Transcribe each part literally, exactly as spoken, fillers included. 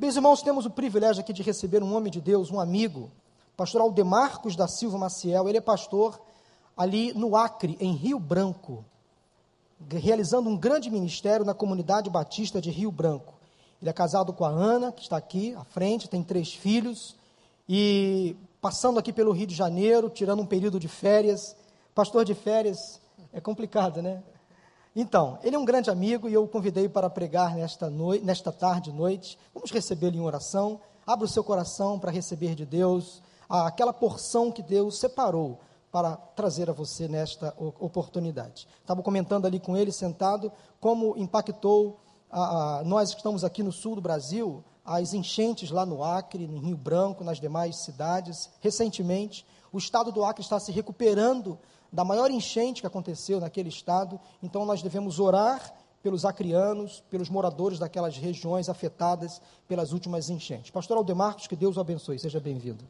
Meus irmãos, temos o privilégio aqui de receber um homem de Deus, um amigo, pastor Aldemarcos da Silva Maciel. Ele é pastor ali no Acre, em Rio Branco, realizando um grande ministério na comunidade batista de Rio Branco. Ele é casado com a Ana, que está aqui à frente, tem três filhos, e passando aqui pelo Rio de Janeiro, tirando um período de férias. Pastor de férias é complicado, né? Então, ele é um grande amigo e eu o convidei para pregar nesta, noite, nesta tarde e noite. Vamos recebê-lo em oração. Abra o seu coração para receber de Deus aquela porção que Deus separou para trazer a você nesta oportunidade. Estava comentando ali com ele, sentado, como impactou a, a, nós que estamos aqui no sul do Brasil, as enchentes lá no Acre, em Rio Branco, nas demais cidades. Recentemente, o estado do Acre está se recuperando da maior enchente que aconteceu naquele estado. Então nós devemos orar pelos acrianos, pelos moradores daquelas regiões afetadas pelas últimas enchentes. Pastor Aldemarcos, que Deus o abençoe, seja bem-vindo.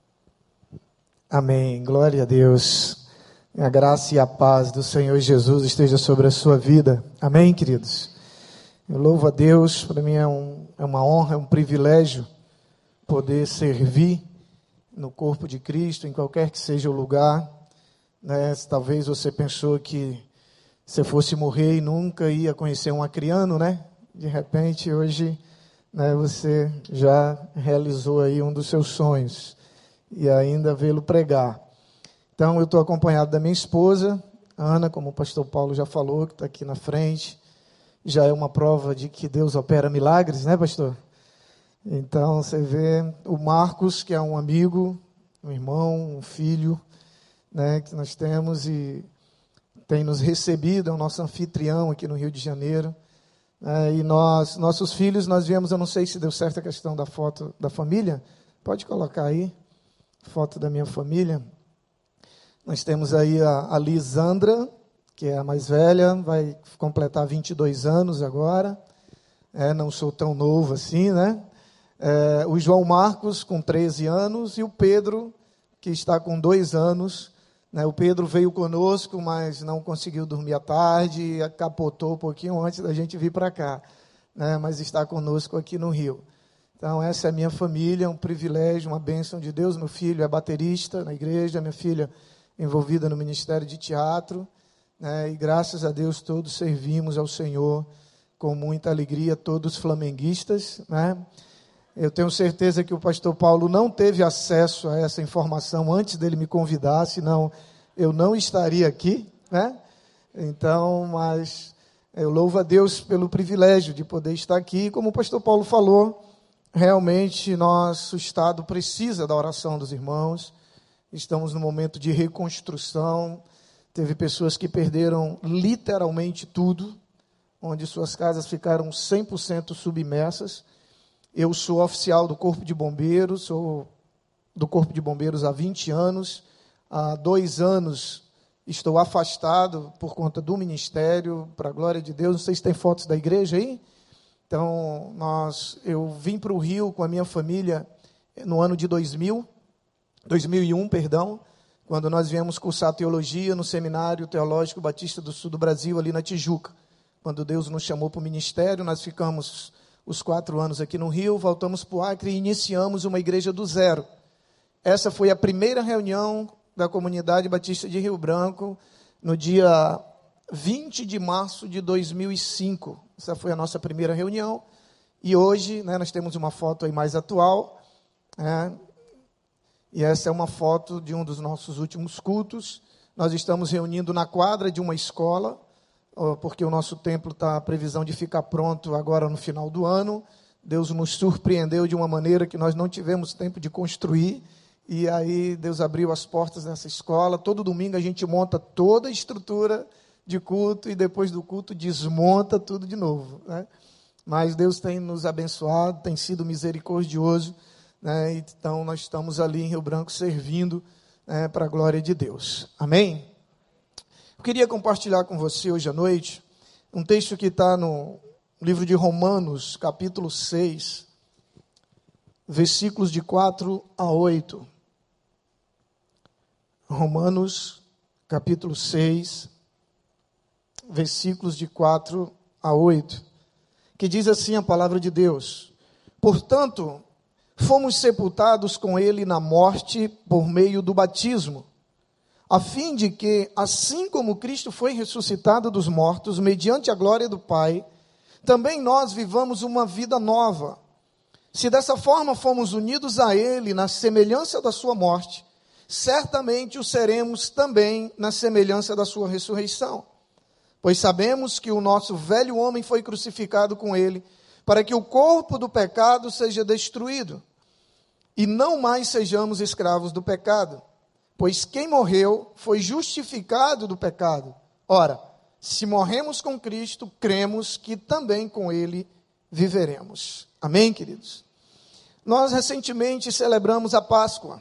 Amém, glória a Deus. A graça e a paz do Senhor Jesus esteja sobre a sua vida. Amém, queridos? Eu louvo a Deus, para mim é, um, é uma honra, é um privilégio poder servir no corpo de Cristo, em qualquer que seja o lugar. Né? Talvez você pensou que se fosse morrer e nunca ia conhecer um acriano, né? De repente, hoje, né, você já realizou aí um dos seus sonhos e ainda vê-lo pregar. Então, eu estou acompanhado da minha esposa, Ana, como o pastor Paulo já falou, que está aqui na frente. Já é uma prova de que Deus opera milagres, né, pastor? Então, você vê o Marcos, que é um amigo, um irmão, um filho, né, que nós temos e tem nos recebido, é o nosso anfitrião aqui no Rio de Janeiro. É, e nós, nossos filhos, nós viemos, eu não sei se deu certo a questão da foto da família, pode colocar aí, foto da minha família. Nós temos aí a, a Lisandra, que é a mais velha, vai completar vinte e dois anos agora, é, não sou tão novo assim, né? É, o João Marcos, com treze anos, e o Pedro, que está com dois anos. O Pedro veio conosco, mas não conseguiu dormir à tarde, capotou um pouquinho antes da gente vir para cá, né? Mas está conosco aqui no Rio. Então, essa é a minha família, um privilégio, uma bênção de Deus. Meu filho é baterista na igreja, minha filha envolvida no ministério de teatro, né? E graças a Deus todos servimos ao Senhor com muita alegria, todos flamenguistas, né? Eu tenho certeza que o pastor Paulo não teve acesso a essa informação antes dele me convidar, senão eu não estaria aqui, né? Então, mas eu louvo a Deus pelo privilégio de poder estar aqui. Como o pastor Paulo falou, realmente nosso estado precisa da oração dos irmãos. Estamos num momento de reconstrução. Teve pessoas que perderam literalmente tudo, onde suas casas ficaram cem por cento submersas. Eu sou oficial do Corpo de Bombeiros, sou do Corpo de Bombeiros há vinte anos. Há dois anos estou afastado por conta do ministério, para a glória de Deus. Não sei se tem fotos da igreja aí. Então, nós, eu vim para o Rio com a minha família no ano de dois mil, dois mil e um, perdão, quando nós viemos cursar teologia no Seminário Teológico Batista do Sul do Brasil, ali na Tijuca. Quando Deus nos chamou para o ministério, nós ficamos os quatro anos aqui no Rio, voltamos para o Acre e iniciamos uma igreja do zero. Essa foi a primeira reunião da comunidade batista de Rio Branco, no dia vinte de março de dois mil e cinco. Essa foi a nossa primeira reunião. E hoje, né, nós temos uma foto aí mais atual, né, e essa é uma foto de um dos nossos últimos cultos. Nós estamos reunindo na quadra de uma escola, porque o nosso templo está a previsão de ficar pronto agora no final do ano. Deus nos surpreendeu de uma maneira que nós não tivemos tempo de construir, e aí Deus abriu as portas dessa escola. Todo domingo a gente monta toda a estrutura de culto, e depois do culto desmonta tudo de novo, né? Mas Deus tem nos abençoado, tem sido misericordioso, né? Então nós estamos ali em Rio Branco servindo, né, para a glória de Deus. Amém? Eu queria compartilhar com você hoje à noite um texto que está no livro de Romanos, capítulo seis, versículos de quatro a oito. Romanos, capítulo seis, versículos de quatro a oito, que diz assim a palavra de Deus: Portanto, fomos sepultados com ele na morte por meio do batismo, a fim de que, assim como Cristo foi ressuscitado dos mortos, mediante a glória do Pai, também nós vivamos uma vida nova. Se dessa forma fomos unidos a ele na semelhança da sua morte, certamente o seremos também na semelhança da sua ressurreição. Pois sabemos que o nosso velho homem foi crucificado com ele, para que o corpo do pecado seja destruído, e não mais sejamos escravos do pecado. Pois quem morreu foi justificado do pecado. Ora, se morremos com Cristo, cremos que também com ele viveremos. Amém, queridos? Nós recentemente celebramos a Páscoa.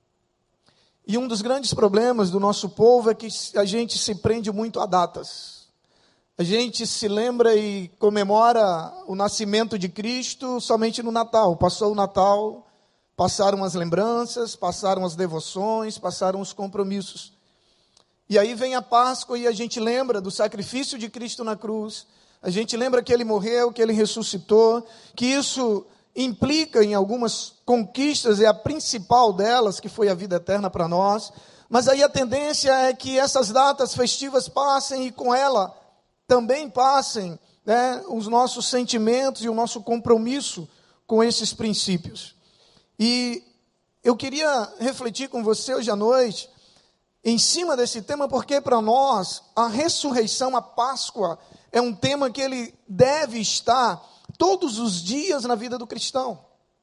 E um dos grandes problemas do nosso povo é que a gente se prende muito a datas. A gente se lembra e comemora o nascimento de Cristo somente no Natal. Passou o Natal, passaram as lembranças, passaram as devoções, passaram os compromissos. E aí vem a Páscoa e a gente lembra do sacrifício de Cristo na cruz. A gente lembra que ele morreu, que ele ressuscitou, que isso implica em algumas conquistas, e a principal delas, que foi a vida eterna para nós. Mas aí a tendência é que essas datas festivas passem e com ela também passem, né, os nossos sentimentos e o nosso compromisso com esses princípios. E eu queria refletir com você hoje à noite em cima desse tema, porque para nós a ressurreição, a Páscoa, é um tema que ele deve estar todos os dias na vida do cristão.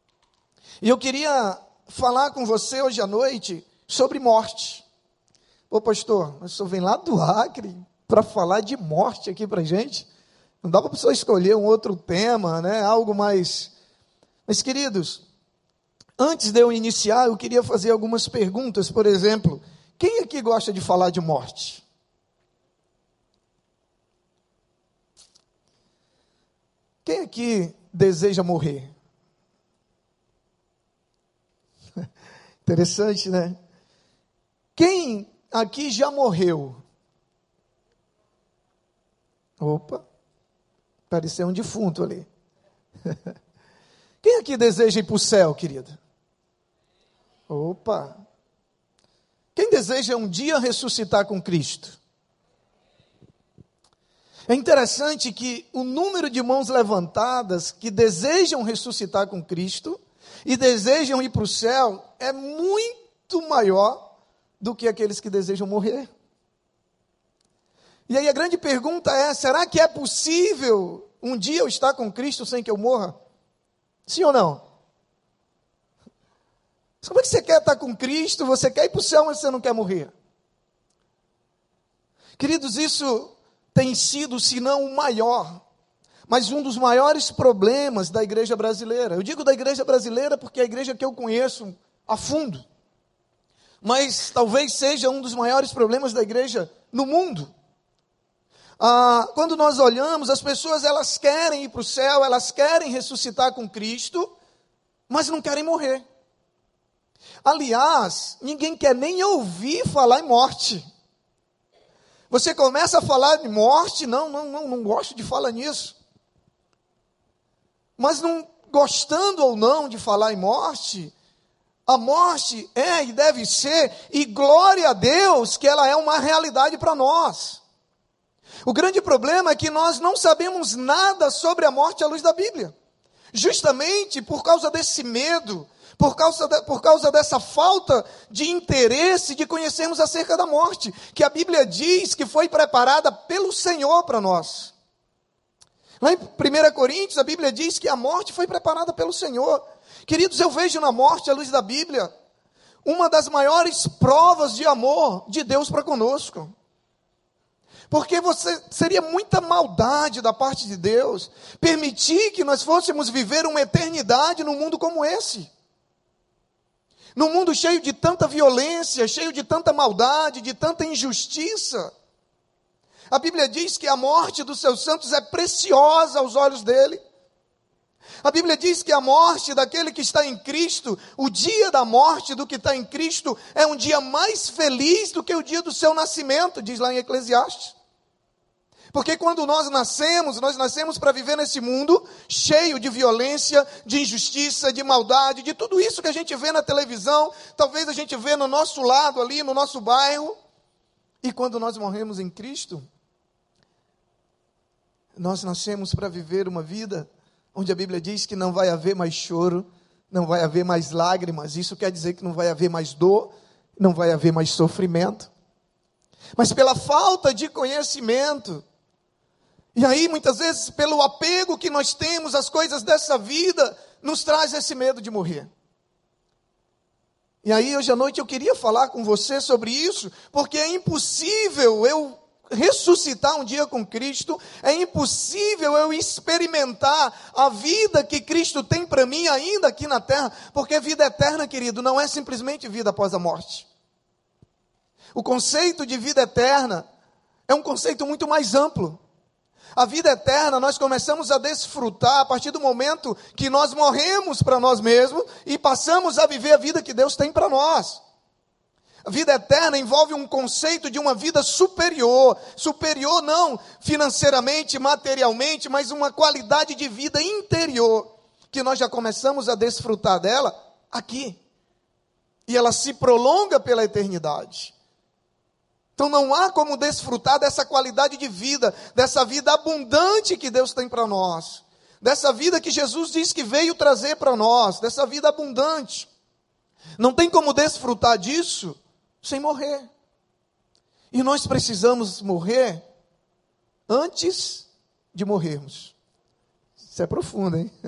E eu queria falar com você hoje à noite sobre morte. Ô pastor, o senhor vem lá do Acre para falar de morte aqui para a gente? Não dá para a pessoa escolher um outro tema, né? Algo mais... Mas queridos, antes de eu iniciar, eu queria fazer algumas perguntas. Por exemplo, quem aqui gosta de falar de morte? Quem aqui deseja morrer? Interessante, né? Quem aqui já morreu? Opa, pareceu um defunto ali. Quem aqui deseja ir para o céu, querida? Opa. Quem deseja um dia ressuscitar com Cristo? É interessante que o número de mãos levantadas que desejam ressuscitar com Cristo e desejam ir para o céu é muito maior do que aqueles que desejam morrer. E aí a grande pergunta é, será que é possível um dia eu estar com Cristo sem que eu morra? Sim ou não? Como é que você quer estar com Cristo, você quer ir para o céu, mas você não quer morrer? Queridos, isso tem sido, se não o maior, mas um dos maiores problemas da igreja brasileira. Eu digo da igreja brasileira porque é a igreja que eu conheço a fundo. Mas talvez seja um dos maiores problemas da igreja no mundo. Ah, quando nós olhamos, as pessoas elas querem ir para o céu, elas querem ressuscitar com Cristo, mas não querem morrer. Aliás, ninguém quer nem ouvir falar em morte. Você começa a falar de morte, não, não, não, não gosto de falar nisso. Mas não gostando ou não de falar em morte, a morte é e deve ser, e glória a Deus que ela é uma realidade para nós. O grande problema é que nós não sabemos nada sobre a morte à luz da Bíblia. Justamente por causa desse medo, por causa, de, por causa dessa falta de interesse de conhecermos acerca da morte, que a Bíblia diz que foi preparada pelo Senhor para nós. Lá em primeira Coríntios, a Bíblia diz que a morte foi preparada pelo Senhor. Queridos, eu vejo na morte, à luz da Bíblia, uma das maiores provas de amor de Deus para conosco. Porque você, seria muita maldade da parte de Deus permitir que nós fôssemos viver uma eternidade num mundo como esse. Num mundo cheio de tanta violência, cheio de tanta maldade, de tanta injustiça. A Bíblia diz que a morte dos seus santos é preciosa aos olhos dele. A Bíblia diz que a morte daquele que está em Cristo, o dia da morte do que está em Cristo, é um dia mais feliz do que o dia do seu nascimento, diz lá em Eclesiastes. Porque quando nós nascemos, nós nascemos para viver nesse mundo cheio de violência, de injustiça, de maldade, de tudo isso que a gente vê na televisão, talvez a gente vê no nosso lado ali, no nosso bairro. E quando nós morremos em Cristo, nós nascemos para viver uma vida onde a Bíblia diz que não vai haver mais choro, não vai haver mais lágrimas. Isso quer dizer que não vai haver mais dor, não vai haver mais sofrimento. Mas pela falta de conhecimento, e aí muitas vezes pelo apego que nós temos às coisas dessa vida, nos traz esse medo de morrer. E aí hoje à noite eu queria falar com você sobre isso, porque é impossível eu ressuscitar um dia com Cristo, é impossível eu experimentar a vida que Cristo tem para mim ainda aqui na terra, porque vida eterna, querido, não é simplesmente vida após a morte. O conceito de vida eterna é um conceito muito mais amplo. A vida eterna nós começamos a desfrutar a partir do momento que nós morremos para nós mesmos e passamos a viver a vida que Deus tem para nós. A vida eterna envolve um conceito de uma vida superior. Superior não financeiramente, materialmente, mas uma qualidade de vida interior, que nós já começamos a desfrutar dela aqui. E ela se prolonga pela eternidade. Então não há como desfrutar dessa qualidade de vida, dessa vida abundante que Deus tem para nós, dessa vida que Jesus diz que veio trazer para nós, dessa vida abundante. Não tem como desfrutar disso sem morrer. E nós precisamos morrer antes de morrermos. Isso é profundo, hein?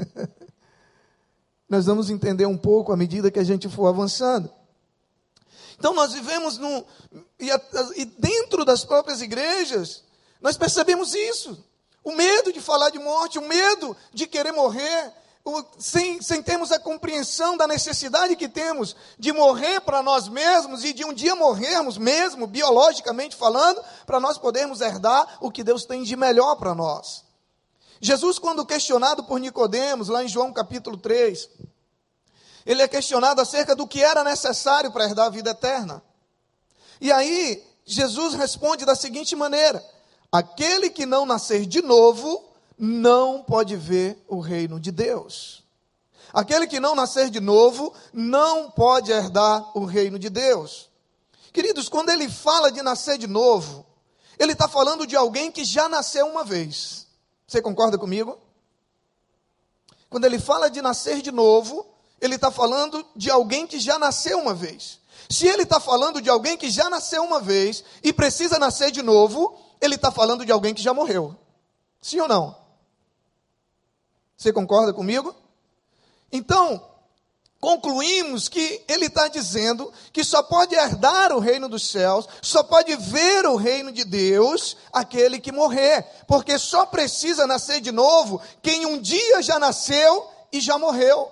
Nós vamos entender um pouco à medida que a gente for avançando. Então nós vivemos num, e, a, e dentro das próprias igrejas, nós percebemos isso. O medo de falar de morte, o medo de querer morrer, o, sem, sem termos a compreensão da necessidade que temos de morrer para nós mesmos e de um dia morrermos mesmo, biologicamente falando, para nós podermos herdar o que Deus tem de melhor para nós. Jesus, quando questionado por Nicodemos, lá em João capítulo três, ele é questionado acerca do que era necessário para herdar a vida eterna. E aí, Jesus responde da seguinte maneira: aquele que não nascer de novo, não pode ver o reino de Deus. Aquele que não nascer de novo, não pode herdar o reino de Deus. Queridos, quando ele fala de nascer de novo, ele está falando de alguém que já nasceu uma vez. Você concorda comigo? Quando ele fala de nascer de novo, ele está falando de alguém que já nasceu uma vez. Se ele está falando de alguém que já nasceu uma vez e precisa nascer de novo, ele está falando de alguém que já morreu. Sim ou não? Você concorda comigo? Então, concluímos que ele está dizendo que só pode herdar o reino dos céus, só pode ver o reino de Deus aquele que morrer, porque só precisa nascer de novo quem um dia já nasceu e já morreu.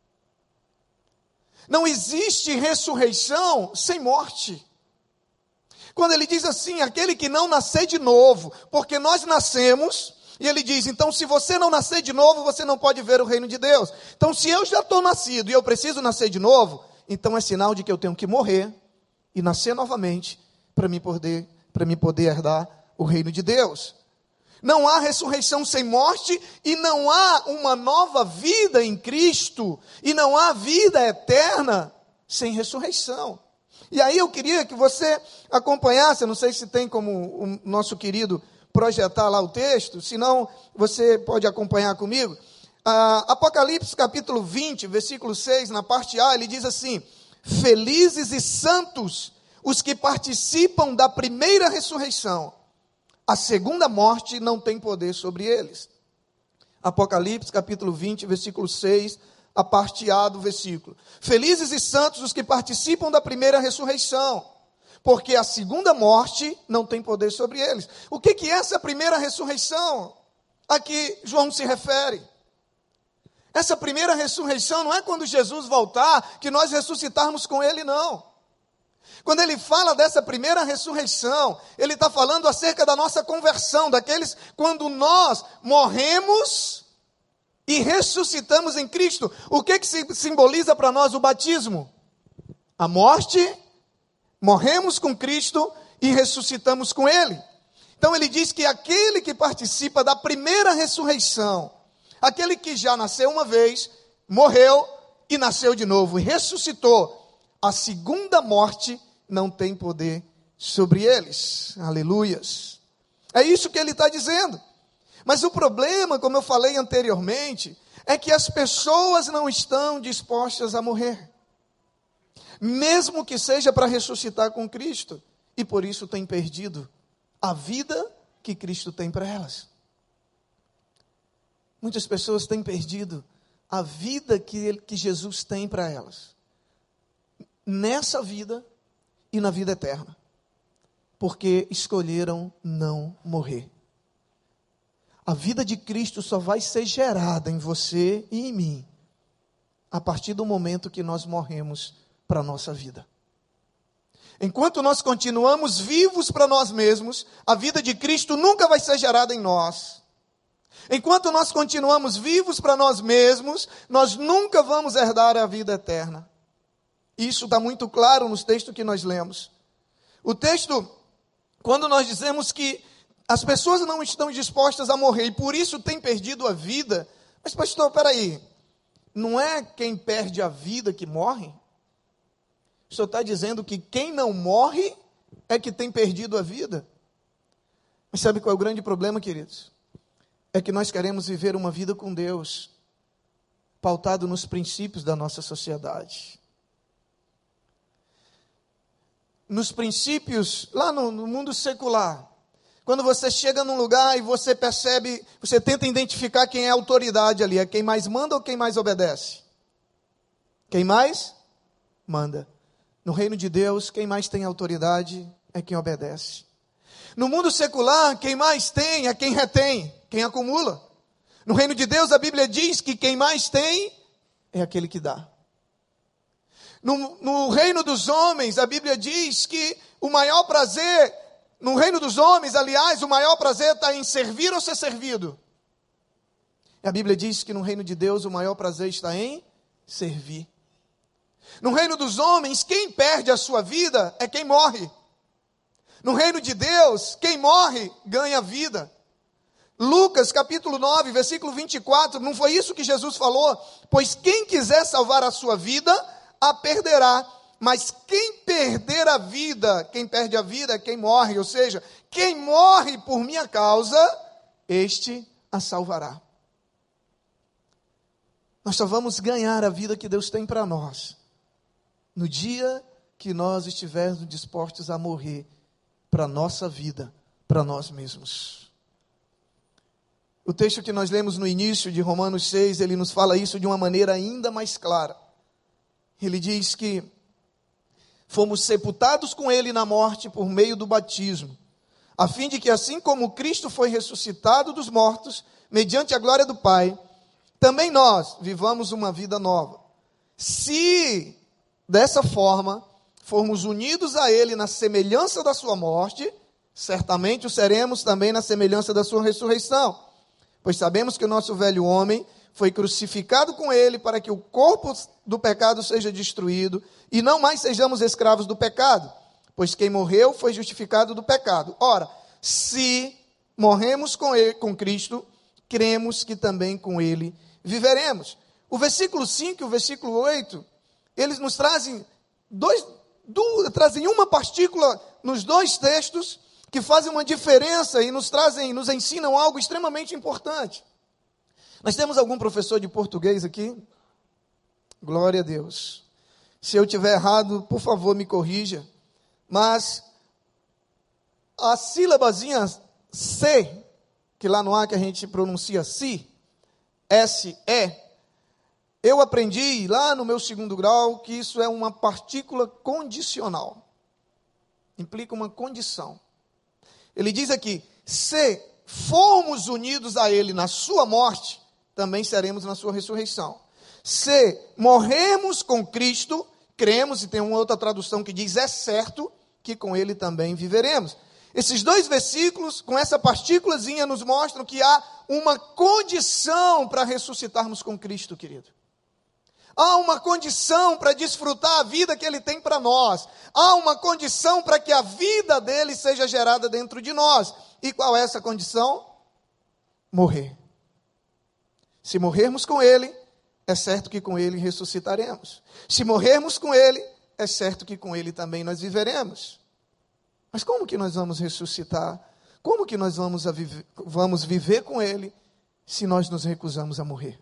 Não existe ressurreição sem morte. Quando ele diz assim, aquele que não nascer de novo, porque nós nascemos, e ele diz, então se você não nascer de novo, você não pode ver o reino de Deus. Então se eu já estou nascido e eu preciso nascer de novo, então é sinal de que eu tenho que morrer e nascer novamente para me poder, para me poder herdar o reino de Deus. Não há ressurreição sem morte e não há uma nova vida em Cristo e não há vida eterna sem ressurreição. E aí eu queria que você acompanhasse, eu não sei se tem como o nosso querido projetar lá o texto, senão você pode acompanhar comigo. Ah, Apocalipse capítulo vinte, versículo seis, na parte A, ele diz assim: felizes e santos os que participam da primeira ressurreição. A segunda morte não tem poder sobre eles. Apocalipse capítulo vinte, versículo seis, a parte A do versículo. Felizes e santos os que participam da primeira ressurreição, porque a segunda morte não tem poder sobre eles. O que, que é essa primeira ressurreição a que João se refere? Essa primeira ressurreição não é quando Jesus voltar, que nós ressuscitarmos com ele, não. Quando ele fala dessa primeira ressurreição, ele está falando acerca da nossa conversão, daqueles quando nós morremos e ressuscitamos em Cristo. O que, que simboliza para nós o batismo? A morte, morremos com Cristo e ressuscitamos com Ele. Então ele diz que aquele que participa da primeira ressurreição, aquele que já nasceu uma vez, morreu e nasceu de novo, e ressuscitou, a segunda morte não tem poder sobre eles. Aleluias. É isso que ele está dizendo. Mas o problema, como eu falei anteriormente, é que as pessoas não estão dispostas a morrer, mesmo que seja para ressuscitar com Cristo, e por isso têm perdido a vida que Cristo tem para elas. Muitas pessoas têm perdido a vida que, ele, que Jesus tem para elas, nessa vida e na vida eterna, porque escolheram não morrer. A vida de Cristo só vai ser gerada em você e em mim a partir do momento que nós morremos para a nossa vida. Enquanto nós continuamos vivos para nós mesmos, a vida de Cristo nunca vai ser gerada em nós. Enquanto nós continuamos vivos para nós mesmos, nós nunca vamos herdar a vida eterna. Isso está muito claro nos textos que nós lemos. O texto, quando nós dizemos que as pessoas não estão dispostas a morrer e por isso têm perdido a vida. Mas pastor, peraí, não é quem perde a vida que morre? O senhor está dizendo que quem não morre é que tem perdido a vida? Mas sabe qual é o grande problema, queridos? É que nós queremos viver uma vida com Deus, pautado nos princípios da nossa sociedade. Nos princípios, lá no, no mundo secular, quando você chega num lugar e você percebe, você tenta identificar quem é a autoridade ali, é quem mais manda ou quem mais obedece? Quem mais manda. No reino de Deus, quem mais tem autoridade é quem obedece. No mundo secular, quem mais tem é quem retém, quem acumula. No reino de Deus, a Bíblia diz que quem mais tem é aquele que dá. No, no reino dos homens, a Bíblia diz que o maior prazer, no reino dos homens, aliás, o maior prazer está em servir ou ser servido. A Bíblia diz que no reino de Deus, o maior prazer está em servir. No reino dos homens, quem perde a sua vida é quem morre. No reino de Deus, quem morre ganha vida. Lucas capítulo nove, versículo vinte e quatro, não foi isso que Jesus falou? Pois quem quiser salvar a sua vida, a perderá. Mas quem perder a vida, quem perde a vida é quem morre. Ou seja, quem morre por minha causa, este a salvará. Nós só vamos ganhar a vida que Deus tem para nós no dia que nós estivermos dispostos a morrer para a nossa vida, para nós mesmos. O texto que nós lemos no início de Romanos seis, ele nos fala isso de uma maneira ainda mais clara. Ele diz que fomos sepultados com ele na morte por meio do batismo, a fim de que assim como Cristo foi ressuscitado dos mortos, mediante a glória do Pai, também nós vivamos uma vida nova. Se dessa forma formos unidos a ele na semelhança da sua morte, certamente o seremos também na semelhança da sua ressurreição. Pois sabemos que o nosso velho homem foi crucificado com ele para que o corpo do pecado seja destruído e não mais sejamos escravos do pecado, pois quem morreu foi justificado do pecado. Ora, se morremos com ele, com Cristo, cremos que também com ele viveremos. O versículo cinco e o versículo oito, eles nos trazem dois, duas, trazem uma partícula nos dois textos que fazem uma diferença e nos trazem, nos ensinam algo extremamente importante. Nós temos algum professor de português aqui? Glória a Deus. Se eu tiver errado, por favor, me corrija. Mas a sílabazinha C, que lá no Acre a gente pronuncia si, S, E, eu aprendi lá no meu segundo grau que isso é uma partícula condicional. Implica uma condição. Ele diz aqui, se formos unidos a ele na sua morte, também seremos na sua ressurreição. Se morrermos com Cristo, cremos, e tem uma outra tradução que diz, é certo que com ele também viveremos. Esses dois versículos, com essa partículazinha, nos mostram que há uma condição para ressuscitarmos com Cristo, querido. Há uma condição para desfrutar a vida que ele tem para nós. Há uma condição para que a vida dele seja gerada dentro de nós. E qual é essa condição? Morrer. Se morrermos com Ele, é certo que com Ele ressuscitaremos. Se morrermos com Ele, é certo que com Ele também nós viveremos. Mas como que nós vamos ressuscitar? Como que nós vamos, a viver, vamos viver com Ele se nós nos recusamos a morrer?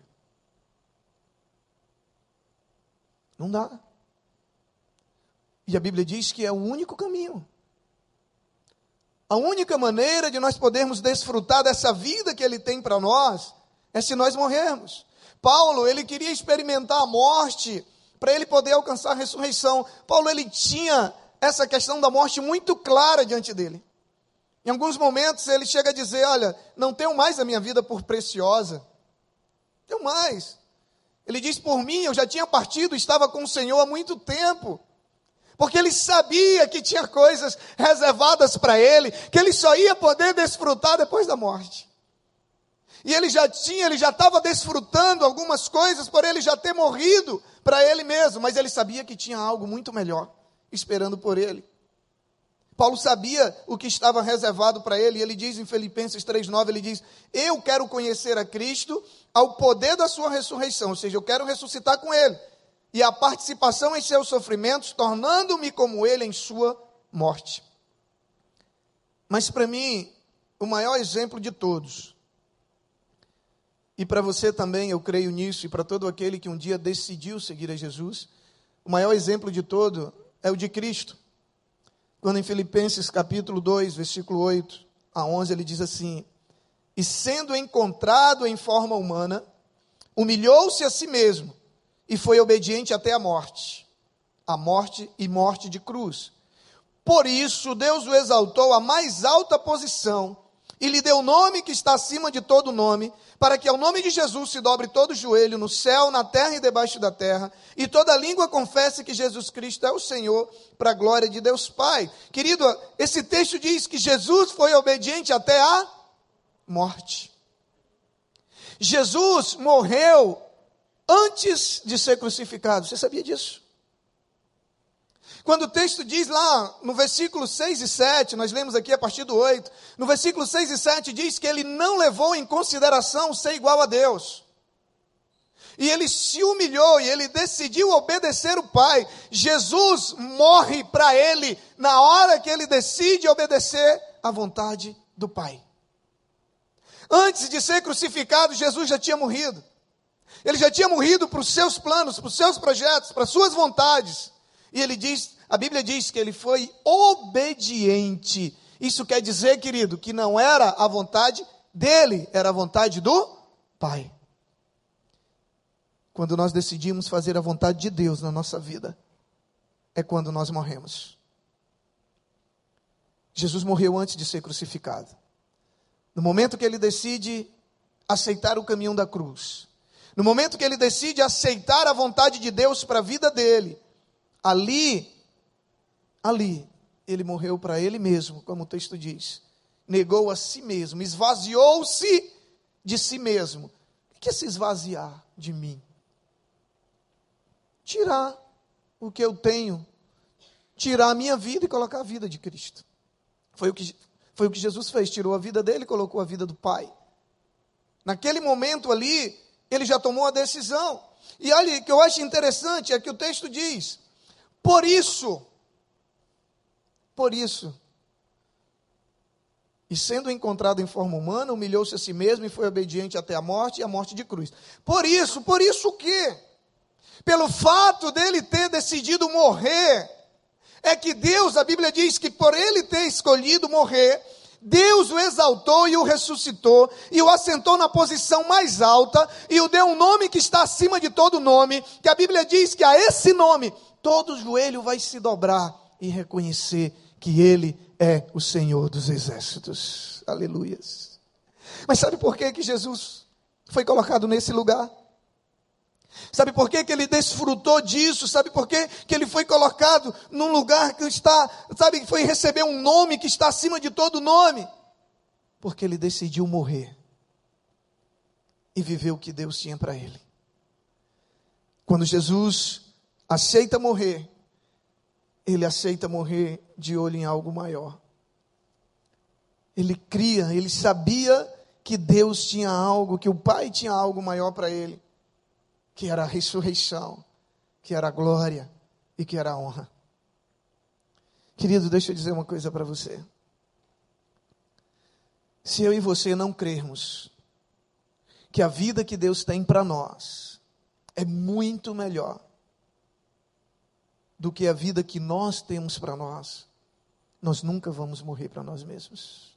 Não dá. E a Bíblia diz que é o único caminho. A única maneira de nós podermos desfrutar dessa vida que Ele tem para nós é se nós morrermos. Paulo, ele queria experimentar a morte para ele poder alcançar a ressurreição. Paulo, ele tinha essa questão da morte muito clara diante dele. Em alguns momentos ele chega a dizer, olha, não tenho mais a minha vida por preciosa. Tenho mais. Ele diz, por mim, eu já tinha partido, estava com o Senhor há muito tempo. Porque ele sabia que tinha coisas reservadas para ele, que ele só ia poder desfrutar depois da morte. E ele já tinha, ele já estava desfrutando algumas coisas por ele já ter morrido para ele mesmo, mas ele sabia que tinha algo muito melhor esperando por ele. Paulo sabia o que estava reservado para ele, e ele diz em Filipenses três, nove, ele diz, eu quero conhecer a Cristo ao poder da sua ressurreição, ou seja, eu quero ressuscitar com ele, e a participação em seus sofrimentos, tornando-me como ele em sua morte. Mas para mim, o maior exemplo de todos, e para você também, eu creio nisso, e para todo aquele que um dia decidiu seguir a Jesus, o maior exemplo de todo é o de Cristo. Quando em Filipenses capítulo dois, versículo oito a onze, ele diz assim, e sendo encontrado em forma humana, humilhou-se a si mesmo, e foi obediente até a morte, a morte e morte de cruz. Por isso, Deus o exaltou à mais alta posição, e lhe deu o nome que está acima de todo nome, para que ao nome de Jesus se dobre todo joelho no céu, na terra e debaixo da terra, e toda língua confesse que Jesus Cristo é o Senhor, para a glória de Deus Pai. Querido, esse texto diz que Jesus foi obediente até a morte. Jesus morreu antes de ser crucificado. Você sabia disso? Quando o texto diz lá no versículo seis e sete, nós lemos aqui a partir do oito, no versículo seis e sete diz que ele não levou em consideração ser igual a Deus. E ele se humilhou e ele decidiu obedecer o Pai. Jesus morre para ele na hora que ele decide obedecer à vontade do Pai. Antes de ser crucificado, Jesus já tinha morrido. Ele já tinha morrido para os seus planos, para os seus projetos, para as suas vontades. E ele diz, a Bíblia diz que ele foi obediente. Isso quer dizer, querido, que não era a vontade dele, era a vontade do Pai. Quando nós decidimos fazer a vontade de Deus na nossa vida, é quando nós morremos. Jesus morreu antes de ser crucificado. No momento que ele decide aceitar o caminho da cruz, no momento que ele decide aceitar a vontade de Deus para a vida dele, ali, ali, ele morreu para ele mesmo, como o texto diz. Negou a si mesmo, esvaziou-se de si mesmo. O que é se esvaziar de mim? Tirar o que eu tenho, tirar a minha vida e colocar a vida de Cristo. Foi o que, foi o que Jesus fez, tirou a vida dele e colocou a vida do Pai. Naquele momento ali, ele já tomou a decisão. E olha, o que eu acho interessante é que o texto diz, por isso, por isso, e sendo encontrado em forma humana, humilhou-se a si mesmo e foi obediente até a morte e a morte de cruz. Por isso, por isso o quê? Pelo fato dele ter decidido morrer, é que Deus, a Bíblia diz que por ele ter escolhido morrer, Deus o exaltou e o ressuscitou, e o assentou na posição mais alta, e o deu um nome que está acima de todo nome, que a Bíblia diz que a esse nome, todo joelho vai se dobrar e reconhecer que ele é o Senhor dos exércitos. Aleluias. Mas sabe por que que Jesus foi colocado nesse lugar? Sabe por que que ele desfrutou disso? Sabe por que que ele foi colocado num lugar que está, sabe, foi receber um nome que está acima de todo nome? Porque ele decidiu morrer e viver o que Deus tinha para ele. Quando Jesus aceita morrer, ele aceita morrer de olho em algo maior. Ele cria, ele sabia que Deus tinha algo, que o Pai tinha algo maior para ele, que era a ressurreição, que era a glória e que era a honra. Querido, deixa eu dizer uma coisa para você. Se eu e você não crermos que a vida que Deus tem para nós é muito melhor do que a vida que nós temos para nós, nós nunca vamos morrer para nós mesmos.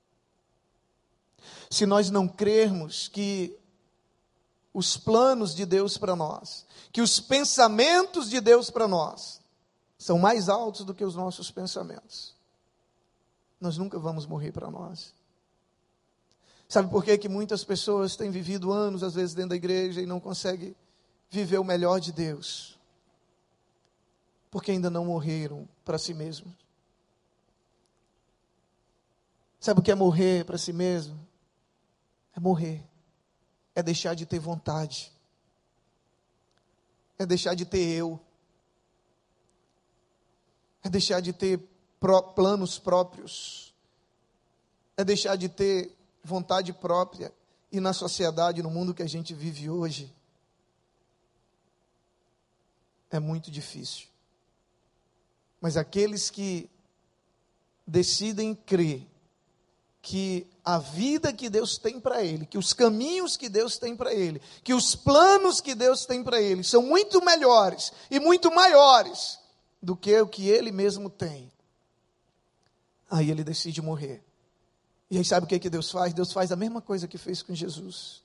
Se nós não crermos que os planos de Deus para nós, que os pensamentos de Deus para nós, são mais altos do que os nossos pensamentos, nós nunca vamos morrer para nós. Sabe por que que muitas pessoas têm vivido anos, às vezes, dentro da igreja e não conseguem viver o melhor de Deus? Porque ainda não morreram para si mesmos. Sabe o que é morrer para si mesmo? É morrer. É deixar de ter vontade. É deixar de ter eu. É deixar de ter pró- planos próprios. É deixar de ter vontade própria. E na sociedade, no mundo que a gente vive hoje, é muito difícil. Mas aqueles que decidem crer que a vida que Deus tem para ele, que os caminhos que Deus tem para ele, que os planos que Deus tem para ele são muito melhores e muito maiores do que o que ele mesmo tem, aí ele decide morrer. E aí sabe o que, que Deus faz? Deus faz a mesma coisa que fez com Jesus.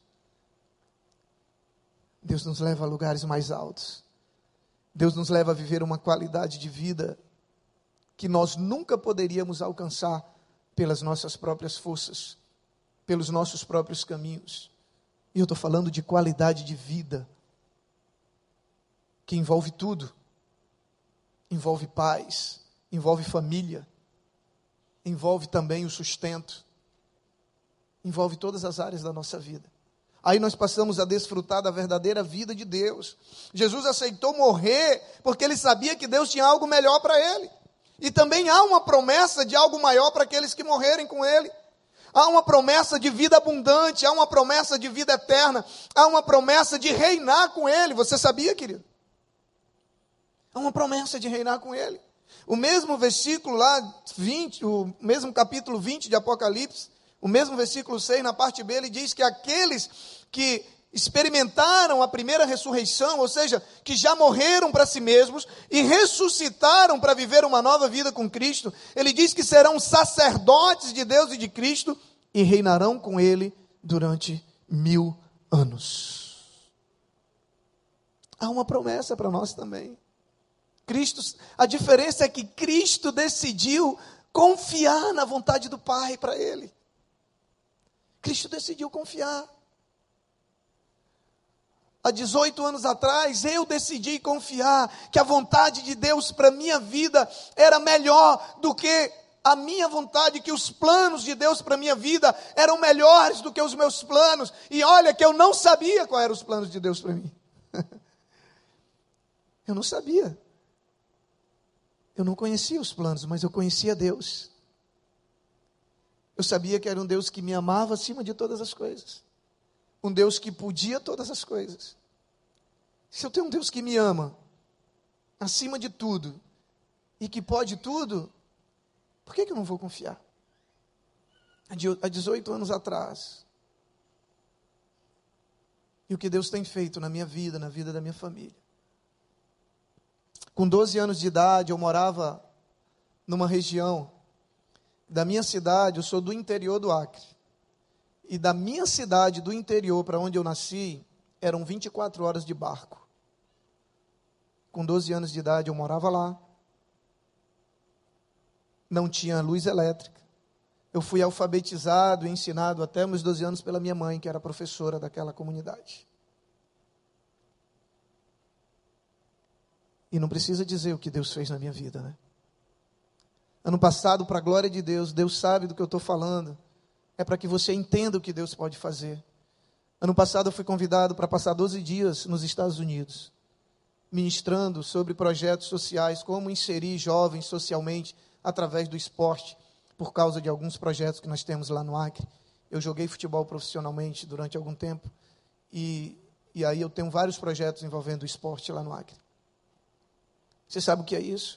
Deus nos leva a lugares mais altos. Deus nos leva a viver uma qualidade de vida que nós nunca poderíamos alcançar pelas nossas próprias forças, pelos nossos próprios caminhos. E eu estou falando de qualidade de vida, que envolve tudo. Envolve paz, envolve família, envolve também o sustento, envolve todas as áreas da nossa vida. Aí nós passamos a desfrutar da verdadeira vida de Deus. Jesus aceitou morrer porque ele sabia que Deus tinha algo melhor para ele. E também há uma promessa de algo maior para aqueles que morrerem com ele. Há uma promessa de vida abundante, há uma promessa de vida eterna, há uma promessa de reinar com ele. Você sabia, querido? Há uma promessa de reinar com ele. O mesmo versículo lá, vinte, o mesmo capítulo vinte de Apocalipse, o mesmo versículo seis, na parte B, ele diz que aqueles que experimentaram a primeira ressurreição, ou seja, que já morreram para si mesmos e ressuscitaram para viver uma nova vida com Cristo, ele diz que serão sacerdotes de Deus e de Cristo e reinarão com ele durante mil anos. Há uma promessa para nós também. Cristo, a diferença é que Cristo decidiu confiar na vontade do Pai para ele. Cristo decidiu confiar. Há dezoito anos atrás, eu decidi confiar que a vontade de Deus para a minha vida era melhor do que a minha vontade, que os planos de Deus para a minha vida eram melhores do que os meus planos. E olha que eu não sabia quais eram os planos de Deus para mim. Eu não sabia. Eu não conhecia os planos, mas eu conhecia Deus. Eu sabia que era um Deus que me amava acima de todas as coisas. Um Deus que podia todas as coisas. Se eu tenho um Deus que me ama, acima de tudo, e que pode tudo, por que que eu não vou confiar? Há dezoito anos atrás, e o que Deus tem feito na minha vida, na vida da minha família. Com doze anos de idade, eu morava numa região da minha cidade, eu sou do interior do Acre. E da minha cidade, do interior, para onde eu nasci, eram vinte e quatro horas de barco. Com doze anos de idade, eu morava lá. Não tinha luz elétrica. Eu fui alfabetizado e ensinado até meus doze anos pela minha mãe, que era professora daquela comunidade. E não precisa dizer o que Deus fez na minha vida, né? Ano passado, para a glória de Deus, Deus sabe do que eu estou falando. É para que você entenda o que Deus pode fazer. Ano passado eu fui convidado para passar doze dias nos Estados Unidos, ministrando sobre projetos sociais, como inserir jovens socialmente através do esporte. por causa de alguns projetos que nós temos lá no Acre. Eu joguei futebol profissionalmente durante algum tempo, e, e aí eu tenho vários projetos envolvendo o esporte lá no Acre. Você sabe o que é isso?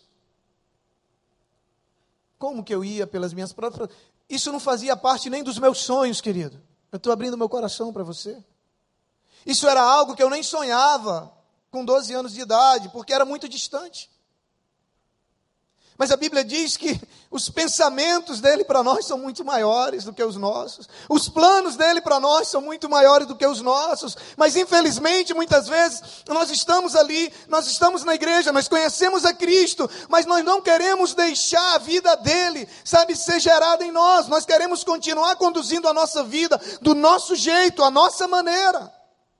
Como que eu ia pelas minhas próprias... Isso não fazia parte nem dos meus sonhos, querido. Eu estou abrindo meu coração para você. Isso era algo que eu nem sonhava com doze anos de idade, porque era muito distante. Mas a Bíblia diz que os pensamentos dele para nós são muito maiores do que os nossos. Os planos dele para nós são muito maiores do que os nossos. Mas infelizmente, muitas vezes, nós estamos ali, nós estamos na igreja, nós conhecemos a Cristo, mas nós não queremos deixar a vida dele, sabe, ser gerada em nós. Nós queremos continuar conduzindo a nossa vida do nosso jeito, a nossa maneira.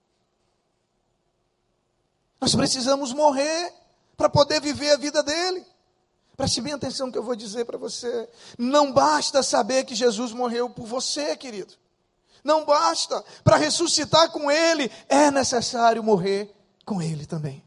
Nós precisamos morrer para poder viver a vida dele. Preste bem atenção no que eu vou dizer para você. Não basta saber que Jesus morreu por você, querido. Não basta. Para ressuscitar com ele, é necessário morrer com ele também.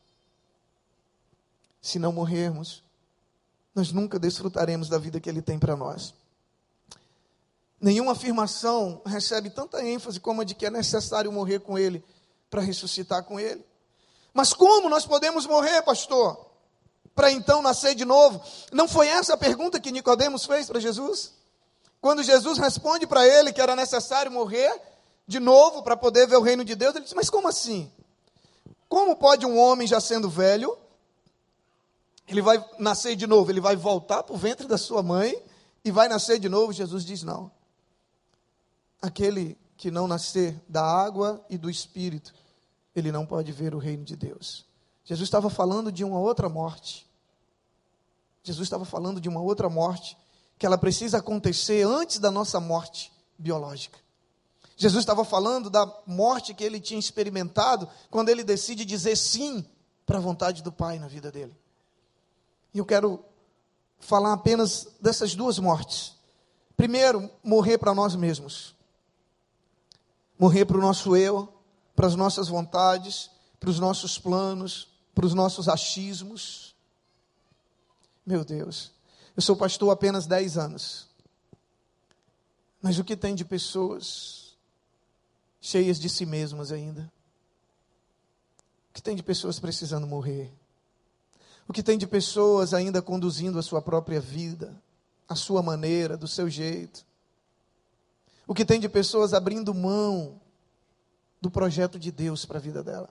Se não morrermos, nós nunca desfrutaremos da vida que ele tem para nós. Nenhuma afirmação recebe tanta ênfase como a de que é necessário morrer com ele para ressuscitar com ele. Mas como nós podemos morrer, pastor? Para então nascer de novo? Não foi essa a pergunta que Nicodemos fez para Jesus? Quando Jesus responde para ele que era necessário morrer de novo para poder ver o reino de Deus, ele diz, mas como assim? Como pode um homem já sendo velho, ele vai nascer de novo, ele vai voltar para o ventre da sua mãe e vai nascer de novo? Jesus diz, não. Aquele que não nascer da água e do Espírito, ele não pode ver o reino de Deus. Jesus estava falando de uma outra morte. Jesus estava falando de uma outra morte, que ela precisa acontecer antes da nossa morte biológica. Jesus estava falando da morte que ele tinha experimentado, quando ele decide dizer sim para a vontade do Pai na vida dele. E eu quero falar apenas dessas duas mortes. Primeiro, morrer para nós mesmos. Morrer para o nosso eu, para as nossas vontades, para os nossos planos, para os nossos achismos. Meu Deus, eu sou pastor há apenas dez anos. Mas o que tem de pessoas cheias de si mesmas ainda? O que tem de pessoas precisando morrer? O que tem de pessoas ainda conduzindo a sua própria vida, a sua maneira, do seu jeito? O que tem de pessoas abrindo mão do projeto de Deus para a vida dela?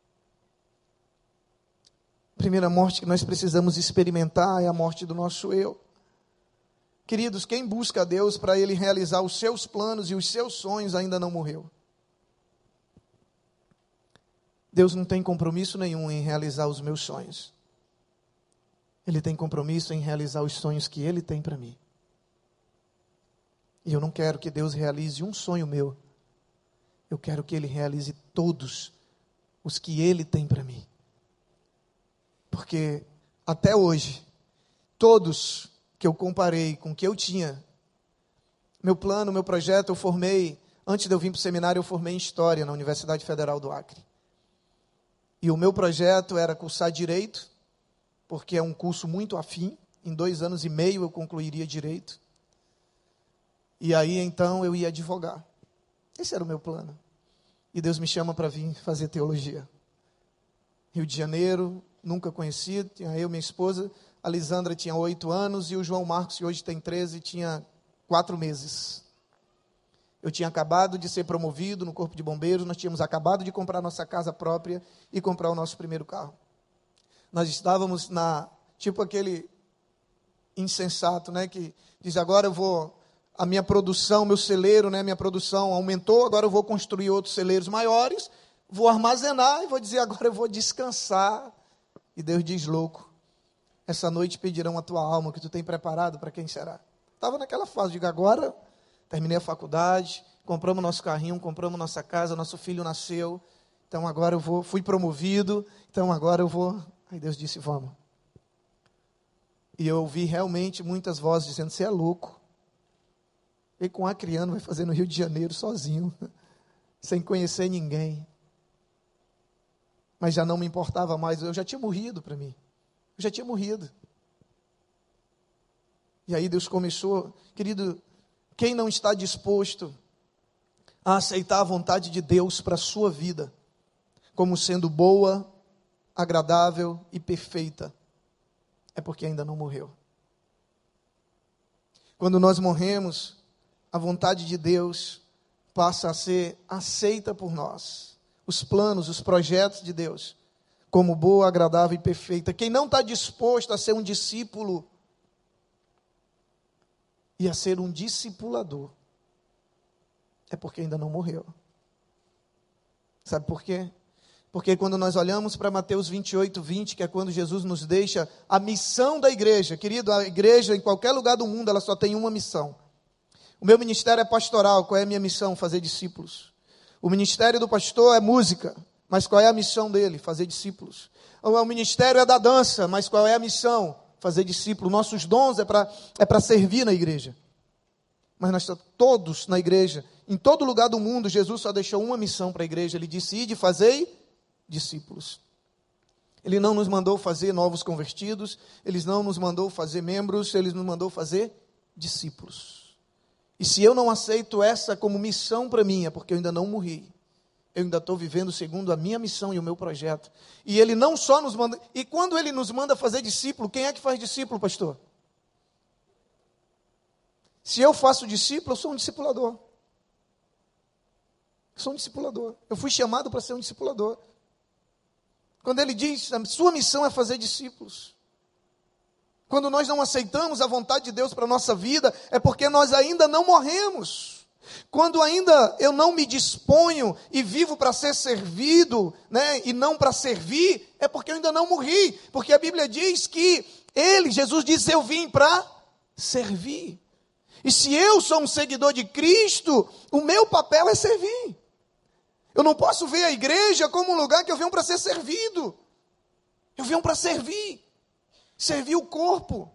A primeira morte que nós precisamos experimentar é a morte do nosso eu. Queridos, quem busca a Deus para Ele realizar os seus planos e os seus sonhos ainda não morreu. Deus não tem compromisso nenhum em realizar os meus sonhos. Ele tem compromisso em realizar os sonhos que Ele tem para mim. E eu não quero que Deus realize um sonho meu. Eu quero que Ele realize todos os que Ele tem para mim. Porque até hoje, todos que eu comparei com o que eu tinha, meu plano, meu projeto, eu formei, antes de eu vir para o seminário, eu formei em História na Universidade Federal do Acre. E o meu projeto era cursar Direito, porque é um curso muito afim, em dois anos e meio eu concluiria Direito. E aí então eu ia advogar. Esse era o meu plano. E Deus me chama para vir fazer teologia. Rio de Janeiro, nunca conheci, tinha eu, minha esposa, a Lisandra tinha oito anos e o João Marcos, que hoje tem treze, tinha quatro meses. Eu tinha acabado de ser promovido no Corpo de Bombeiros, nós tínhamos acabado de comprar nossa casa própria e comprar o nosso primeiro carro. Nós estávamos na, tipo aquele insensato, né, que diz, agora eu vou, a minha produção, meu celeiro, né, minha produção aumentou, agora eu vou construir outros celeiros maiores, vou armazenar e vou dizer, agora eu vou descansar. E Deus diz, louco, essa noite pedirão a tua alma, que tu tem preparado, para quem será? Estava naquela fase, digo, agora terminei a faculdade, compramos nosso carrinho, compramos nossa casa, nosso filho nasceu, então agora eu vou, fui promovido, então agora eu vou. Aí Deus disse, vamos. E eu ouvi realmente muitas vozes dizendo, você é louco. E com a criança vai fazer no Rio de Janeiro sozinho, sem conhecer ninguém. Mas já não me importava mais, eu já tinha morrido para mim. Eu já tinha morrido. E aí Deus começou, querido, quem não está disposto a aceitar a vontade de Deus para a sua vida, como sendo boa, agradável e perfeita, é porque ainda não morreu. Quando nós morremos, a vontade de Deus passa a ser aceita por nós. Os planos, os projetos de Deus, como boa, agradável e perfeita. Quem não está disposto a ser um discípulo e a ser um discipulador, é porque ainda não morreu. Sabe por quê? Porque quando nós olhamos para Mateus vinte e oito, vinte, que é quando Jesus nos deixa a missão da igreja, querido, a igreja em qualquer lugar do mundo, ela só tem uma missão. O meu ministério é pastoral, qual é a minha missão? Fazer discípulos. O ministério do pastor é música, mas qual é a missão dele? Fazer discípulos. O ministério é da dança, mas qual é a missão? Fazer discípulos. Nossos dons é para é para servir na igreja. Mas nós todos na igreja, em todo lugar do mundo, Jesus só deixou uma missão para a igreja. Ele disse: ide, fazei discípulos. Ele não nos mandou fazer novos convertidos, ele não nos mandou fazer membros, ele nos mandou fazer discípulos. E se eu não aceito essa como missão para mim, é porque eu ainda não morri. Eu ainda estou vivendo segundo a minha missão e o meu projeto. E ele não só nos manda... E quando ele nos manda fazer discípulo, quem é que faz discípulo, pastor? Se eu faço discípulo, eu sou um discipulador. Eu sou um discipulador. Eu fui chamado para ser um discipulador. Quando ele diz, a sua missão é fazer discípulos. Quando nós não aceitamos a vontade de Deus para a nossa vida, é porque nós ainda não morremos. Quando ainda eu não me disponho e vivo para ser servido, né, e não para servir, é porque eu ainda não morri. Porque a Bíblia diz que ele, Jesus disse, eu vim para servir. E se eu sou um seguidor de Cristo, o meu papel é servir. Eu não posso ver a igreja como um lugar que eu venho para ser servido. Eu venho para servir. Servir o corpo.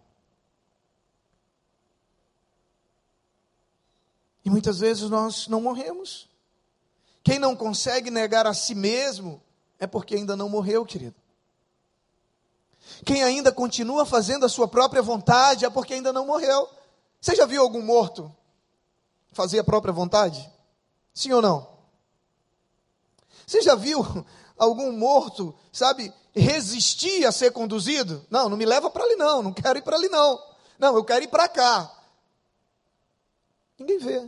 E muitas vezes nós não morremos. Quem não consegue negar a si mesmo é porque ainda não morreu, querido. Quem ainda continua fazendo a sua própria vontade é porque ainda não morreu. Você já viu algum morto fazer a própria vontade? Sim ou não? Você já viu algum morto, sabe, resistir a ser conduzido? Não, não me leva para ali não, não quero ir para ali não. Não, eu quero ir para cá. Ninguém vê.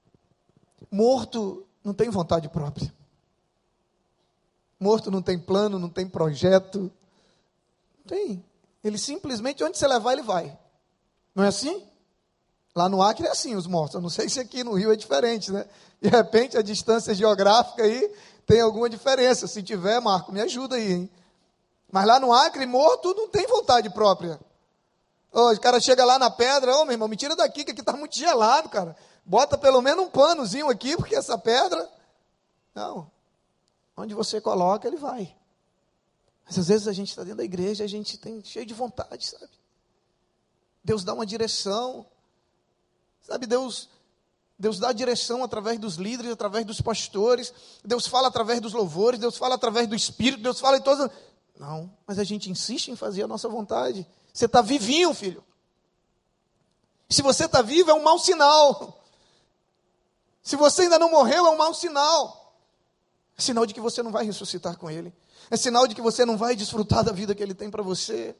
Morto não tem vontade própria. Morto não tem plano, não tem projeto. Não tem. Ele simplesmente, onde você levar, ele vai. Não é assim? Lá no Acre é assim, os mortos. Eu não sei se aqui no Rio é diferente, né? De repente, a distância geográfica aí tem alguma diferença. Se tiver, Marco, me ajuda aí, hein? Mas lá no Acre, morto não tem vontade própria. Oh, o cara chega lá na pedra, ô oh, meu irmão, me tira daqui, que aqui está muito gelado, cara. Bota pelo menos um panozinho aqui, porque essa pedra... Não. Onde você coloca, ele vai. Mas às vezes a gente está dentro da igreja, a gente tem cheio de vontade, sabe? Deus dá uma direção. Sabe, Deus... Deus dá direção através dos líderes, através dos pastores. Deus fala através dos louvores. Deus fala através do Espírito. Deus fala em todas... Não, mas a gente insiste em fazer a nossa vontade. Você está vivinho, filho. Se você está vivo, é um mau sinal. Se você ainda não morreu, é um mau sinal. É sinal de que você não vai ressuscitar com Ele. É sinal de que você não vai desfrutar da vida que Ele tem para você.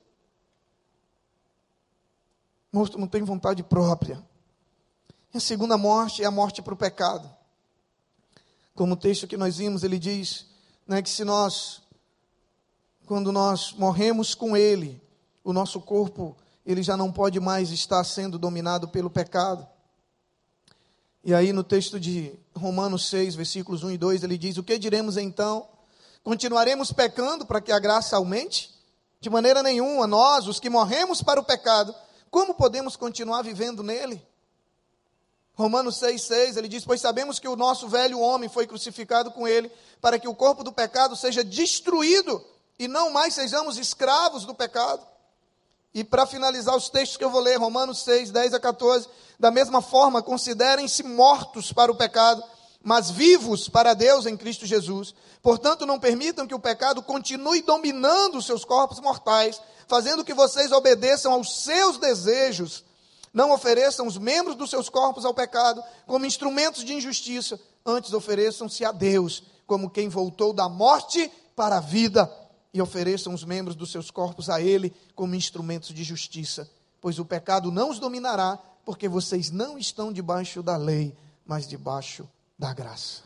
Morto não tem vontade própria. E a segunda morte é a morte para o pecado. Como o texto que nós vimos, ele diz, né, que se nós, quando nós morremos com Ele, o nosso corpo, ele já não pode mais estar sendo dominado pelo pecado. E aí no texto de Romanos seis, versículos um e dois, ele diz, o que diremos então? Continuaremos pecando para que a graça aumente? De maneira nenhuma, nós, os que morremos para o pecado, como podemos continuar vivendo nele? Romanos seis, seis, ele diz, pois sabemos que o nosso velho homem foi crucificado com ele, para que o corpo do pecado seja destruído, e não mais sejamos escravos do pecado. E para finalizar os textos que eu vou ler, Romanos seis, dez a quatorze, da mesma forma, considerem-se mortos para o pecado, mas vivos para Deus em Cristo Jesus. Portanto, não permitam que o pecado continue dominando os seus corpos mortais, fazendo que vocês obedeçam aos seus desejos. Não ofereçam os membros dos seus corpos ao pecado como instrumentos de injustiça. Antes ofereçam-se a Deus como quem voltou da morte para a vida. E ofereçam os membros dos seus corpos a Ele como instrumentos de justiça. Pois o pecado não os dominará, porque vocês não estão debaixo da lei, mas debaixo da graça.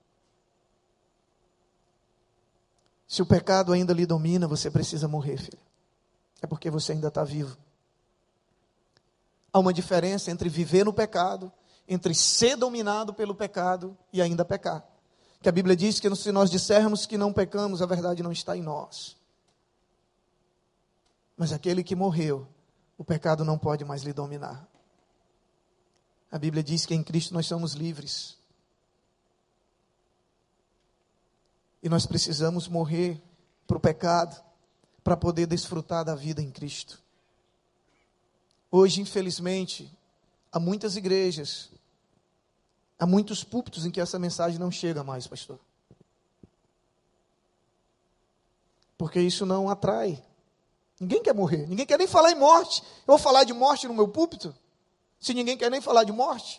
Se o pecado ainda lhe domina, você precisa morrer, filho. É porque você ainda está vivo. Há uma diferença entre viver no pecado, entre ser dominado pelo pecado e ainda pecar. Que a Bíblia diz que se nós dissermos que não pecamos, a verdade não está em nós. Mas aquele que morreu, o pecado não pode mais lhe dominar. A Bíblia diz que em Cristo nós somos livres. E nós precisamos morrer para o pecado, para poder desfrutar da vida em Cristo. Hoje, infelizmente, há muitas igrejas, há muitos púlpitos em que essa mensagem não chega mais, pastor. Porque isso não atrai. Ninguém quer morrer, ninguém quer nem falar em morte. Eu vou falar de morte no meu púlpito? Se ninguém quer nem falar de morte.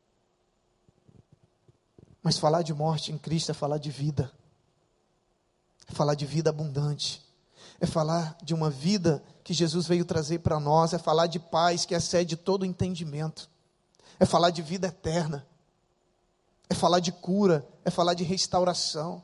Mas falar de morte em Cristo é falar de vida. É falar de vida abundante. É falar de uma vida que Jesus veio trazer para nós. É falar de paz que excede todo entendimento. É falar de vida eterna. É falar de cura. É falar de restauração.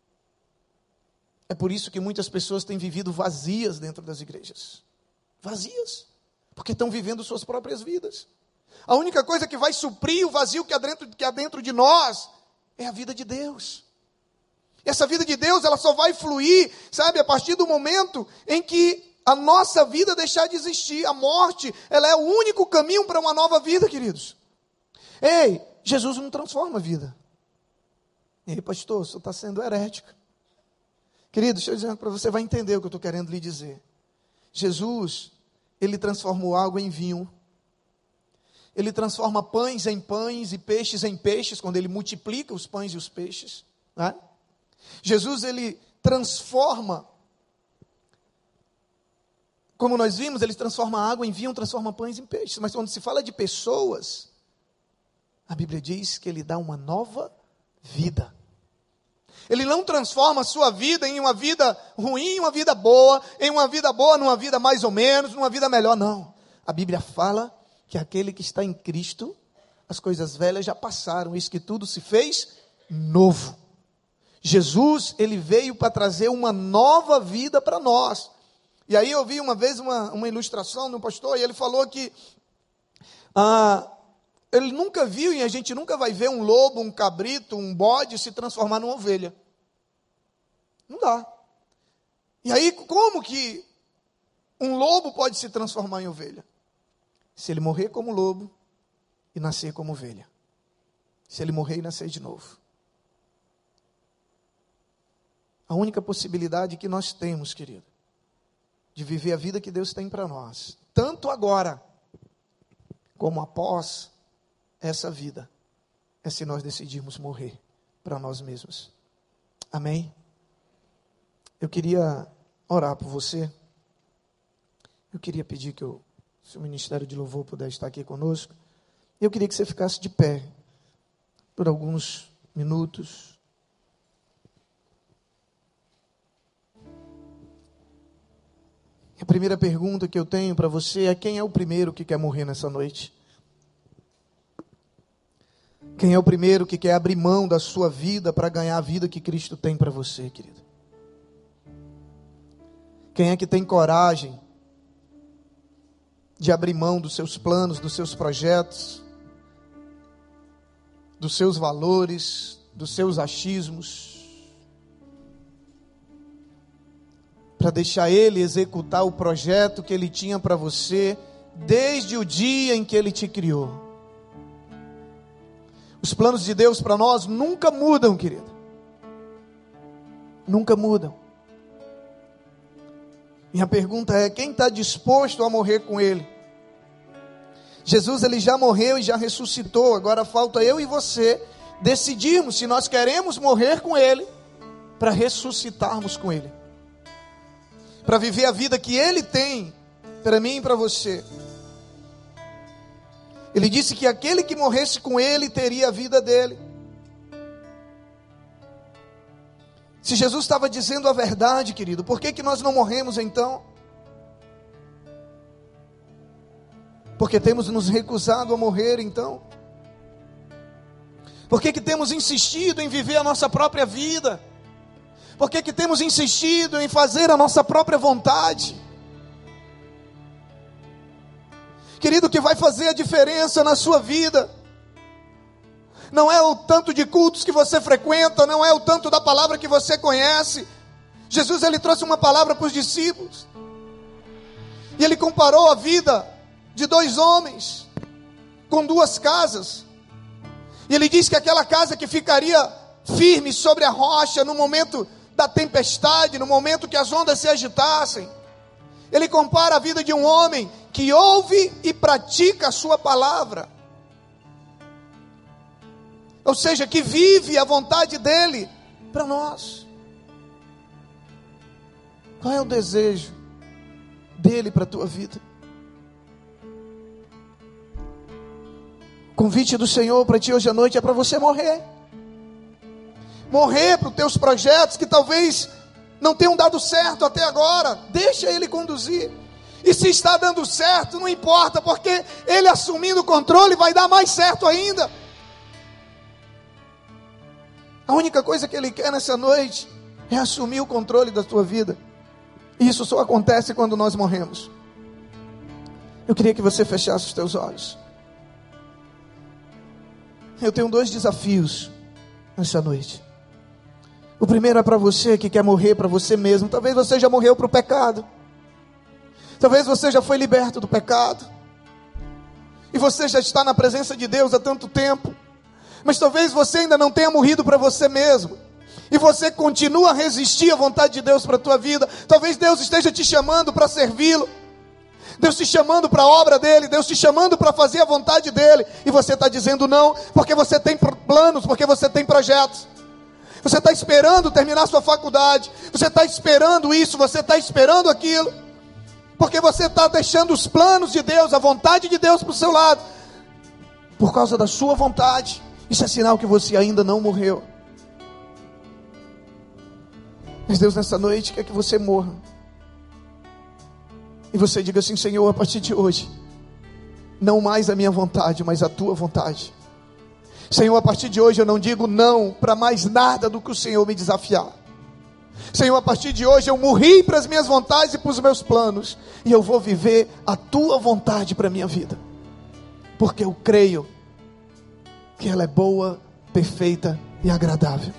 É por isso que muitas pessoas têm vivido vazias dentro das igrejas. Vazias. Porque estão vivendo suas próprias vidas. A única coisa que vai suprir o vazio que há dentro, que há dentro de nós é a vida de Deus. Essa vida de Deus, ela só vai fluir, sabe, a partir do momento em que a nossa vida deixar de existir. A morte, ela é o único caminho para uma nova vida, queridos. Ei, Jesus não transforma a vida. Ei, pastor, o senhor está sendo herético. Querido, deixa eu dizer para você, vai entender o que eu estou querendo lhe dizer. Jesus, ele transformou água em vinho. Ele transforma pães em pães e peixes em peixes, quando ele multiplica os pães e os peixes, né? Jesus, ele transforma, como nós vimos, ele transforma água em vinho, transforma pães em peixes. Mas quando se fala de pessoas, a Bíblia diz que ele dá uma nova vida. Ele não transforma a sua vida em uma vida ruim, em uma vida boa, em uma vida boa, numa vida mais ou menos, numa vida melhor, não. A Bíblia fala que aquele que está em Cristo, as coisas velhas já passaram, eis que tudo se fez novo. Jesus, ele veio para trazer uma nova vida para nós. E aí eu vi uma vez uma, uma ilustração de um pastor, e ele falou que ah, ele nunca viu, e a gente nunca vai ver um lobo, um cabrito, um bode se transformar numa ovelha. Não dá. E aí, como que um lobo pode se transformar em ovelha? Se ele morrer como lobo e nascer como ovelha. Se ele morrer e nascer de novo. A única possibilidade que nós temos, querido, de viver a vida que Deus tem para nós, tanto agora, como após essa vida, é se nós decidirmos morrer para nós mesmos. Amém? Eu queria orar por você. Eu queria pedir que o seu ministério de louvor pudesse estar aqui conosco. Eu queria que você ficasse de pé por alguns minutos. A primeira pergunta que eu tenho para você é: quem é o primeiro que quer morrer nessa noite? Quem é o primeiro que quer abrir mão da sua vida para ganhar a vida que Cristo tem para você, querido? Quem é que tem coragem de abrir mão dos seus planos, dos seus projetos, dos seus valores, dos seus achismos, para deixar Ele executar o projeto que Ele tinha para você desde o dia em que Ele te criou? Os planos de Deus para nós nunca mudam, querido. Nunca mudam. Minha pergunta é: quem está disposto a morrer com Ele? Jesus, Ele já morreu e já ressuscitou. Agora falta eu e você decidirmos se nós queremos morrer com Ele, para ressuscitarmos com Ele, para viver a vida que Ele tem para mim e para você. Ele disse que aquele que morresse com ele teria a vida dele. Se Jesus estava dizendo a verdade, querido, por que que nós não morremos então? Porque temos nos recusado a morrer então? Por que que temos insistido em viver a nossa própria vida? Por que que temos insistido em fazer a nossa própria vontade? Querido, o que vai fazer a diferença na sua vida não é o tanto de cultos que você frequenta, não é o tanto da palavra que você conhece. Jesus, ele trouxe uma palavra para os discípulos, e ele comparou a vida de dois homens com duas casas, e ele diz que aquela casa que ficaria firme sobre a rocha no momento da tempestade, no momento que as ondas se agitassem, ele compara a vida de um homem que ouve e pratica a sua palavra, ou seja, que vive a vontade dele para nós. Qual é o desejo dele para a tua vida? O convite do Senhor para ti hoje à noite é para você morrer. Morrer para os teus projetos que talvez não tenham dado certo até agora. Deixa ele conduzir. E se está dando certo, não importa, porque ele assumindo o controle vai dar mais certo ainda. A única coisa que ele quer nessa noite é assumir o controle da tua vida. E isso só acontece quando nós morremos. Eu queria que você fechasse os teus olhos. Eu tenho dois desafios nessa noite. O primeiro é para você que quer morrer para você mesmo. Talvez você já morreu para o pecado. Talvez você já foi liberto do pecado. E você já está na presença de Deus há tanto tempo. Mas talvez você ainda não tenha morrido para você mesmo. E você continua a resistir à vontade de Deus para a tua vida. Talvez Deus esteja te chamando para servi-lo. Deus te chamando para a obra dele. Deus te chamando para fazer a vontade dele. E você está dizendo não, porque você tem planos, porque você tem projetos. Você está esperando terminar sua faculdade. Você está esperando isso, você está esperando aquilo. Porque você está deixando os planos de Deus, a vontade de Deus para o seu lado. Por causa da sua vontade. Isso é sinal que você ainda não morreu. Mas Deus nessa noite quer que você morra. E você diga assim: Senhor, a partir de hoje, não mais a minha vontade, mas a tua vontade. Senhor, a partir de hoje eu não digo não para mais nada do que o Senhor me desafiar. Senhor, a partir de hoje eu morri para as minhas vontades e para os meus planos. E eu vou viver a tua vontade para a minha vida. Porque eu creio que ela é boa, perfeita e agradável.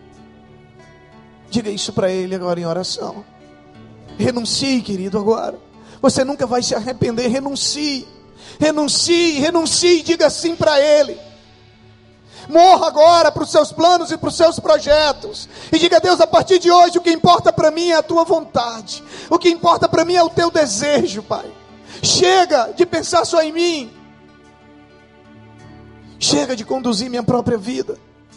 Diga isso para Ele agora em oração. Renuncie, querido, agora. Você nunca vai se arrepender. Renuncie, renuncie, renuncie. Diga sim para Ele. Morra agora para os seus planos e para os seus projetos. E diga: Deus, a partir de hoje o que importa para mim é a tua vontade. O que importa para mim é o teu desejo, Pai. Chega de pensar só em mim. Chega de conduzir minha própria vida.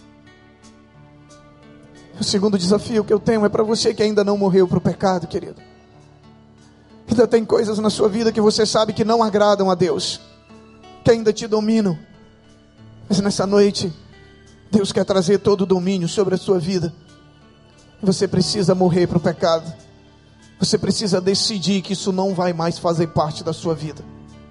O segundo desafio que eu tenho é para você que ainda não morreu para o pecado, querido. Ainda tem coisas na sua vida que você sabe que não agradam a Deus, que ainda te dominam. Mas nessa noite, Deus quer trazer todo o domínio sobre a sua vida. Você precisa morrer para o pecado. Você precisa decidir que isso não vai mais fazer parte da sua vida.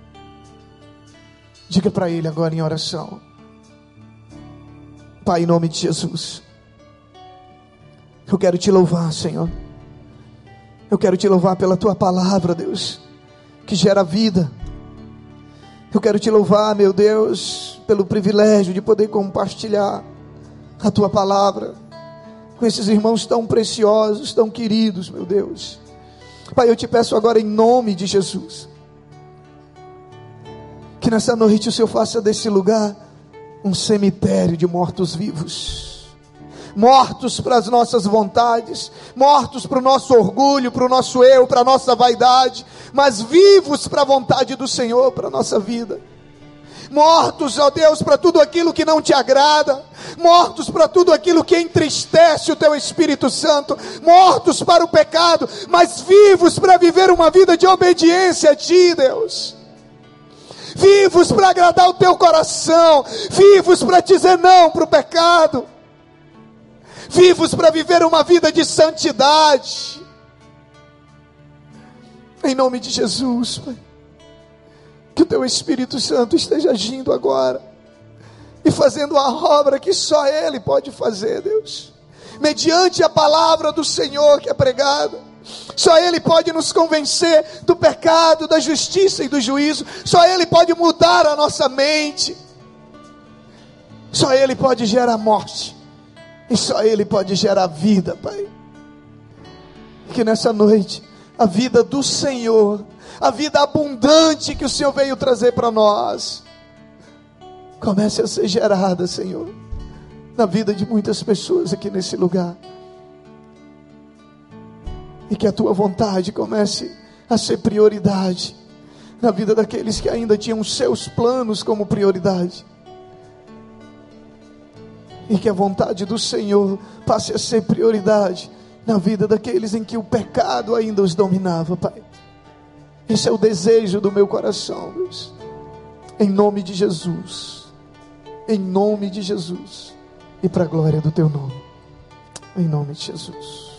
Diga para Ele agora em oração: Pai, em nome de Jesus, eu quero te louvar, Senhor. Eu quero te louvar pela tua palavra, Deus, que gera vida. Eu quero te louvar, meu Deus, pelo privilégio de poder compartilhar a tua palavra com esses irmãos tão preciosos, tão queridos, meu Deus. Pai, eu te peço agora em nome de Jesus, que nessa noite o Senhor faça desse lugar um cemitério de mortos-vivos. Mortos para as nossas vontades, mortos para o nosso orgulho, para o nosso eu, para a nossa vaidade, mas vivos para a vontade do Senhor, para a nossa vida. Mortos, ó Deus, para tudo aquilo que não te agrada, mortos para tudo aquilo que entristece o teu Espírito Santo, mortos para o pecado, mas vivos para viver uma vida de obediência a ti, Deus. vivos para agradar o teu coração, vivos para dizer não para o pecado, vivos para viver uma vida de santidade. Em nome de Jesus, Pai, que o teu Espírito Santo esteja agindo agora e fazendo a obra que só Ele pode fazer, Deus, mediante a palavra do Senhor que é pregada. Só Ele pode nos convencer do pecado, da justiça e do juízo. Só Ele pode mudar a nossa mente. Só Ele pode gerar morte, e só Ele pode gerar vida, Pai. Que nessa noite a vida do Senhor, a vida abundante que o Senhor veio trazer para nós, comece a ser gerada, Senhor, na vida de muitas pessoas aqui nesse lugar. E que a tua vontade comece a ser prioridade na vida daqueles que ainda tinham seus planos como prioridade. E que a vontade do Senhor passe a ser prioridade na vida daqueles em que o pecado ainda os dominava, Pai. Esse é o desejo do meu coração, Deus. Em nome de Jesus. Em nome de Jesus. E para a glória do teu nome. Em nome de Jesus.